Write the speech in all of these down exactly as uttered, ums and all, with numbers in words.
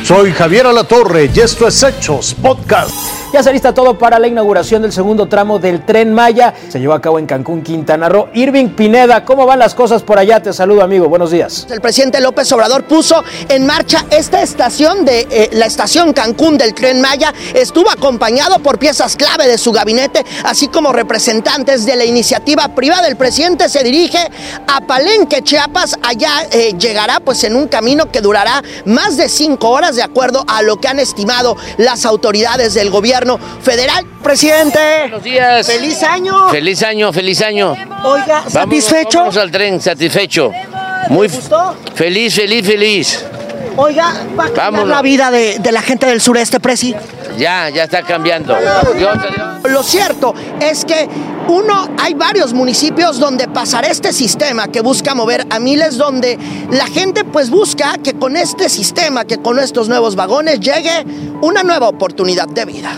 Soy Javier Alatorre y esto es Hechos Podcast. Ya se lista todo para la inauguración del segundo tramo del Tren Maya. Se llevó a cabo en Cancún, Quintana Roo. Irving Pineda, ¿cómo van las cosas por allá? Te saludo, amigo. Buenos días. El presidente López Obrador puso en marcha esta estación de eh, la estación Cancún del Tren Maya. Estuvo acompañado por piezas clave de su gabinete, así como representantes de la iniciativa privada. El presidente se dirige a Palenque, Chiapas. Allá eh, llegará pues en un camino que durará más de cinco horas, de acuerdo a lo que han estimado las autoridades del gobierno federal. Presidente, buenos días. Feliz año. Feliz año, feliz año. Oiga, ¿satisfecho? Vamos, vamos al tren, satisfecho. Muy ¿Le gustó? Feliz, feliz, feliz. Oiga, ¿va a cambiar Vámonos. la vida de, de la gente del sureste, Presi? Ya, ya está cambiando. Dios, Dios. Lo cierto es que uno, hay varios municipios donde pasará este sistema que busca mover a miles, donde la gente pues busca que con este sistema, que con estos nuevos vagones llegue una nueva oportunidad de vida.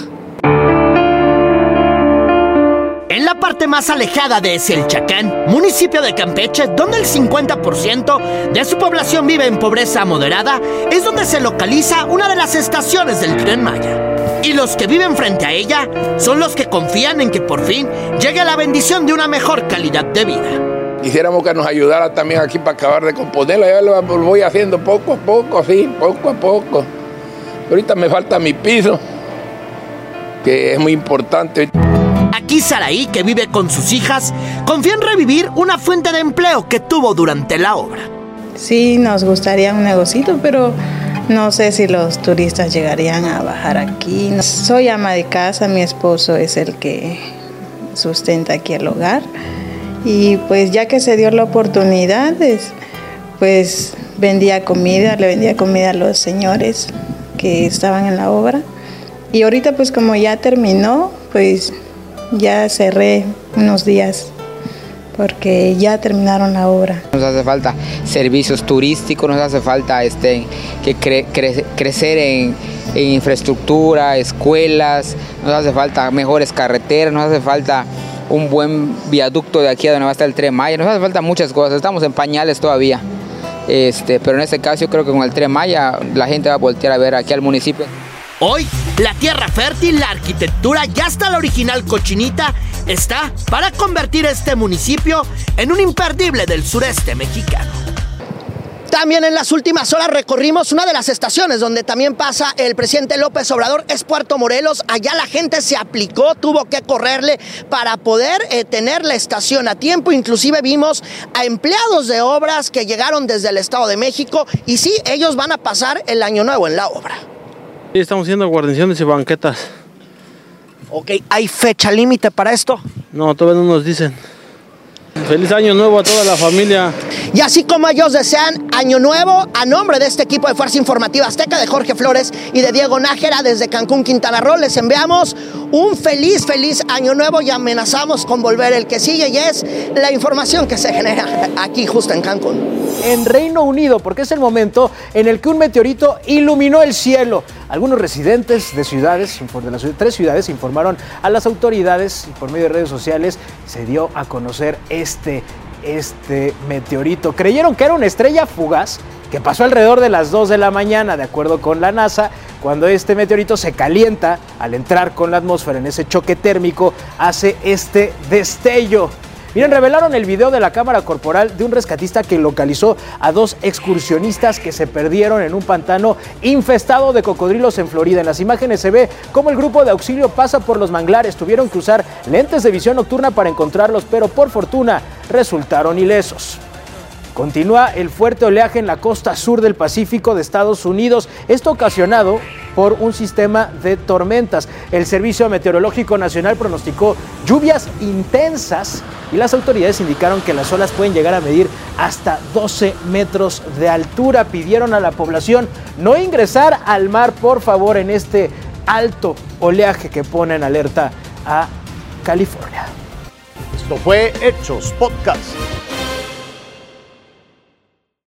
En la parte más alejada de Selchacán, municipio de Campeche, donde el cincuenta por ciento de su población vive en pobreza moderada, es donde se localiza una de las estaciones del Tren Maya. Y los que viven frente a ella son los que confían en que por fin llegue la bendición de una mejor calidad de vida. Quisiéramos que nos ayudara también aquí para acabar de componerla. Yo lo voy haciendo poco a poco, sí, poco a poco. Ahorita me falta mi piso, que es muy importante. Aquí Saraí, que vive con sus hijas, confía en revivir una fuente de empleo que tuvo durante la obra. Sí, nos gustaría un negocito, pero no sé si los turistas llegarían a bajar aquí. Soy ama de casa, mi esposo es el que sustenta aquí el hogar. Y pues ya que se dio la oportunidad, pues vendía comida, le vendía comida a los señores que estaban en la obra. Y ahorita pues como ya terminó, pues ya cerré unos días porque ya terminaron la obra. Nos hace falta servicios turísticos, nos hace falta este, que cre- cre- crecer en, en infraestructura, escuelas, nos hace falta mejores carreteras, nos hace falta un buen viaducto de aquí a donde va a estar el Tren Maya, nos hace falta muchas cosas, estamos en pañales todavía, este, pero en este caso yo creo que con el Tren Maya la gente va a voltear a ver aquí al municipio. Hoy, la tierra fértil, la arquitectura y hasta la original cochinita está para convertir este municipio en un imperdible del sureste mexicano. También en las últimas horas recorrimos una de las estaciones donde también pasa el presidente López Obrador, es Puerto Morelos. Allá la gente se aplicó, tuvo que correrle para poder eh, tener la estación a tiempo. Inclusive vimos a empleados de obras que llegaron desde el Estado de México y sí, ellos van a pasar el año nuevo en la obra. Sí, estamos haciendo guarniciones y banquetas. Ok, ¿hay fecha límite para esto? No, todavía no nos dicen. Feliz año nuevo a toda la familia. Y así como ellos desean año nuevo, a nombre de este equipo de Fuerza Informativa Azteca, de Jorge Flores y de Diego Nájera, desde Cancún, Quintana Roo, les enviamos un feliz, feliz año nuevo y amenazamos con volver el que sigue, y es la información que se genera aquí justo en Cancún. En Reino Unido, porque es el momento en el que un meteorito iluminó el cielo. Algunos residentes de ciudades, de las tres ciudades, informaron a las autoridades y por medio de redes sociales se dio a conocer este, este meteorito. Creyeron que era una estrella fugaz que pasó alrededor de las dos de la mañana, de acuerdo con la NASA, cuando este meteorito se calienta al entrar con la atmósfera en ese choque térmico, hace este destello. Miren, revelaron el video de la cámara corporal de un rescatista que localizó a dos excursionistas que se perdieron en un pantano infestado de cocodrilos en Florida. En las imágenes se ve cómo el grupo de auxilio pasa por los manglares. Tuvieron que usar lentes de visión nocturna para encontrarlos, pero por fortuna resultaron ilesos. Continúa el fuerte oleaje en la costa sur del Pacífico de Estados Unidos, esto ocasionado por un sistema de tormentas. El Servicio Meteorológico Nacional pronosticó lluvias intensas y las autoridades indicaron que las olas pueden llegar a medir hasta doce metros de altura. Pidieron a la población no ingresar al mar, por favor, en este alto oleaje que pone en alerta a California. Esto fue Hechos Podcast.